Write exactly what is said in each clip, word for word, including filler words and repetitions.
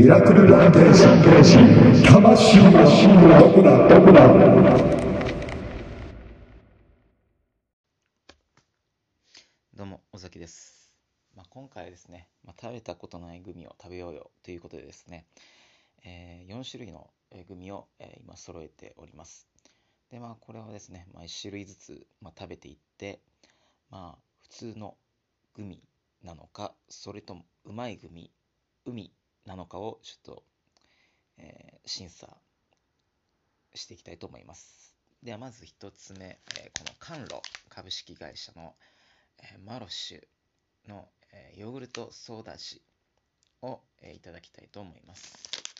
ミラクルランテージ魂はどこだどこだ。 どうも尾崎です。まあ、今回はですね、まあ、食べたことないグミを食べようよということでですね、えーよん種類のえーグミを、えー今揃えております。で、まあこれはですね、まあ、いち種類ずつ、まあ、食べていって、まあ普通のグミなのか、それともうまいグミ、海なのかをちょっと、えー審査していきたいと思います。ではまず一つ目、えーこの甘露株式会社の、えーマロッシュの、えーヨーグルトソーダ味を、えーいただきたいと思います。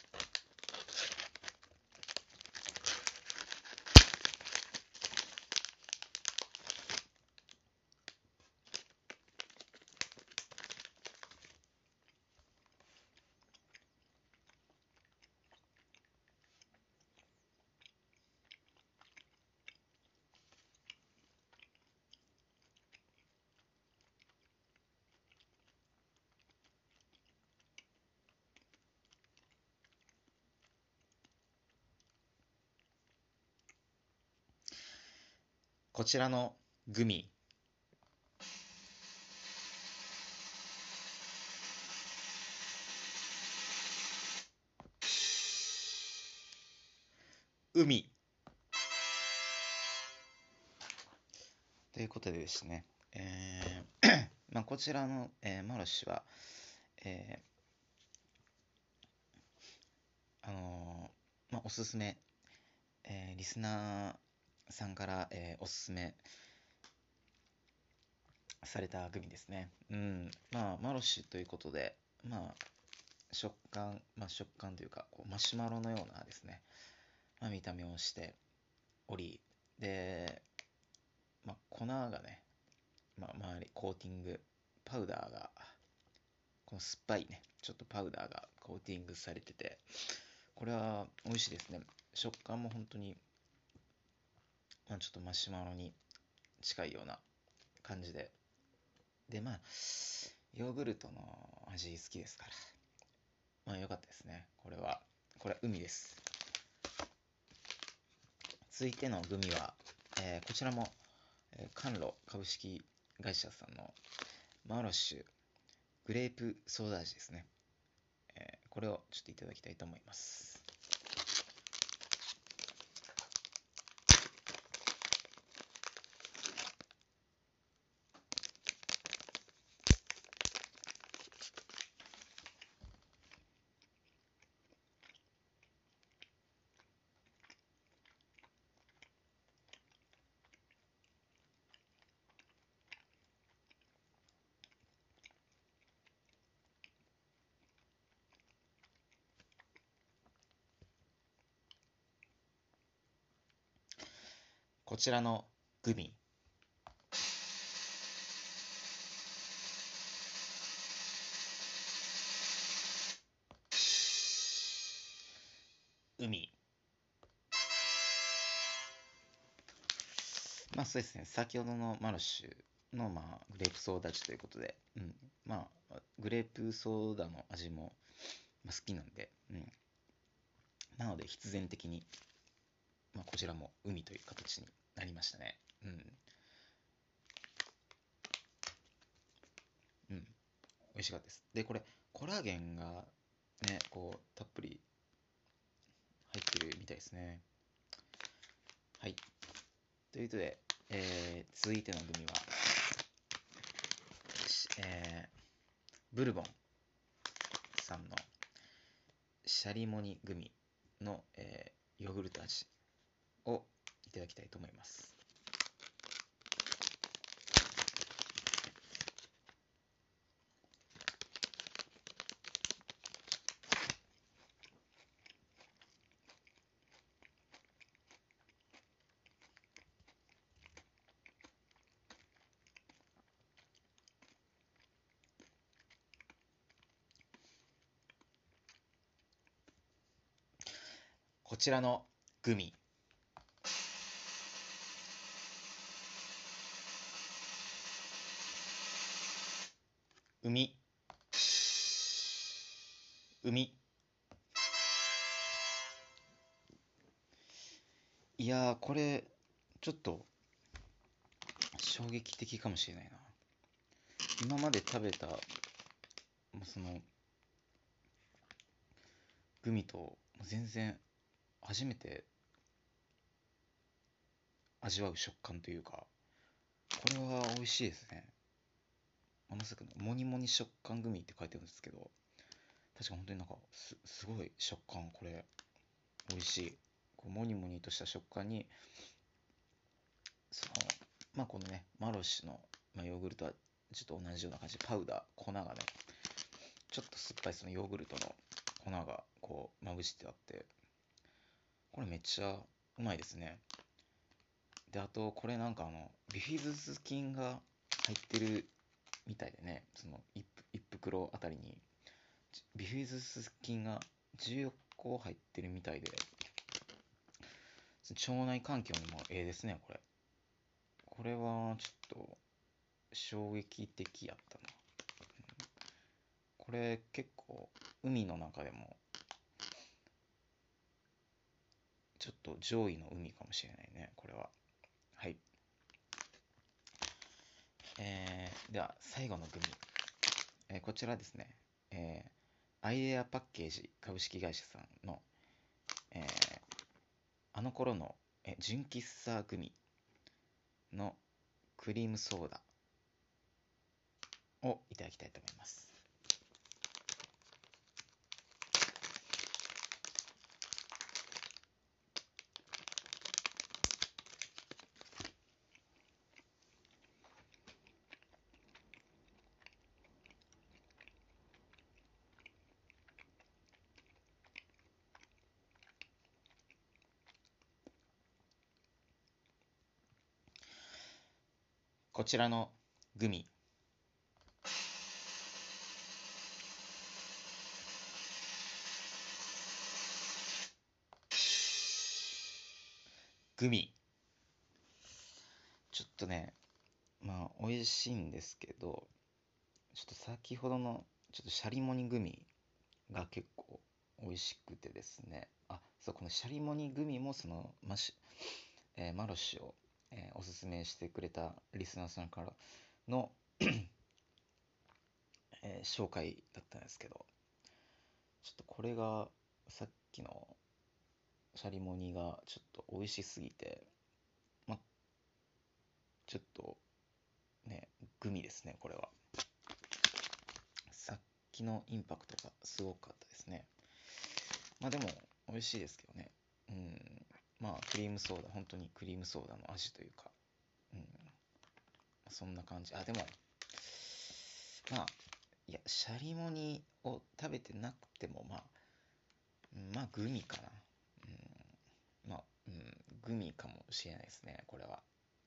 こちらのグミ、海ということでですね、えーまあ、こちらの、えーマロッシュは、えーあのーまあ、おすすめ、えーリスナーさんから、えーおすすめされたグミですね。うん。まあ、マロッシュということで、まあ、食感、まあ、食感というか、こうマシュマロのようなですね、まあ、見た目をしており、で、まあ、粉がね、まあ、周りコーティング、パウダーが、この酸っぱいね、ちょっとパウダーがコーティングされてて、これは美味しいですね。食感も本当に、まあ、ちょっとマシュマロに近いような感じで。で、まあ、ヨーグルトの味好きですから。まあ、良かったですね。これは、これは海です。続いてのグミは、えーこちらも、えー甘露株式会社さんのマロッシュグレープソーダ味ですね。えーこれをちょっといただきたいと思います。こちらのグミ、海。まあそうですね、先ほどのマロッシュの、まあ、グレープソーダ味ということで、うん、まあ、グレープソーダの味も、まあ、好きなんで、うん、なので必然的に、まあ、こちらも海という形になりましたね。うん、うん、美味しかったです。で、これ、コラーゲンがね、こう、たっぷり入ってるみたいですね。はい。ということで、えー続いてのグミは、えーブルボンさんのシャリモニグミの、えーヨーグルト味をいただきたいと思います。こちらのグミ、海、海、 いやー、これ、ちょっと衝撃的かもしれないな。今まで食べた、もうその、グミと、もう全然、初めて味わう食感というか、これは美味しいですね。まさかの、モニモニ食感グミって書いてあるんですけど、確か本当になんか、す、すごい食感、これ、美味しい。こうモニモニとした食感に、その、まあこのね、マロッシュの、まあ、ヨーグルトはちょっと同じような感じで、パウダー、粉がね、ちょっと酸っぱいそのヨーグルトの粉がこうまぶしてあって、これめっちゃうまいですね。で、あとこれなんかあの、ビフィズス菌が入ってるみたいでね、その一一袋あたりにビフィズス菌がじゅうよんこ入ってるみたいで、腸内環境にもええですね、これ。これはちょっと衝撃的やったな。これ結構海の中でもちょっと上位の海かもしれないね、これは。はい。えー、では最後のグミ。えーこちらですね、えーアイデアパッケージ株式会社さんの、えーあの頃の、え純喫茶グミのクリームソーダをいただきたいと思います。こちらのグミ、グミ、ちょっとね、まあ美味しいんですけど、ちょっと先ほどのちょっとシャリモニグミが結構美味しくてですね、あ、そう、このシャリモニグミもそのマシ、えーマロッシュを、えーおすすめしてくれたリスナーさんからの、えー紹介だったんですけど、ちょっとこれがさっきのシャリモニがちょっと美味しすぎて、ま、ちょっとね、グミですね、これは。さっきのインパクトがすごかったですね。まあでも美味しいですけどね。うん、まあクリームソーダ、本当にクリームソーダの味というか、うん、そんな感じ。あ、でも、まあ、いや、シャリモニを食べてなくても、まあ、まあ、グミかな。うん、まあ、うん、グミかもしれないですね、これは。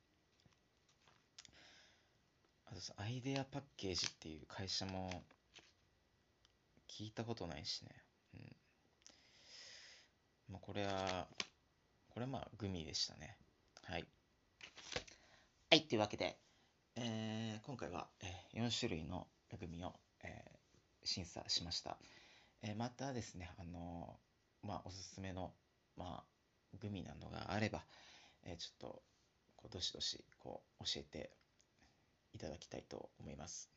あとさ、アイデアパッケージっていう会社も聞いたことないしね。うん、まあ、これは、これはまあ、グミでしたね。はい。はい、というわけで、えー今回は、えーよん種類のグミを、えー審査しました。えーまたですね、あのーまあ、おすすめの、まあ、グミなどがあれば、えーちょっと、こうどしどし、こう、教えていただきたいと思います。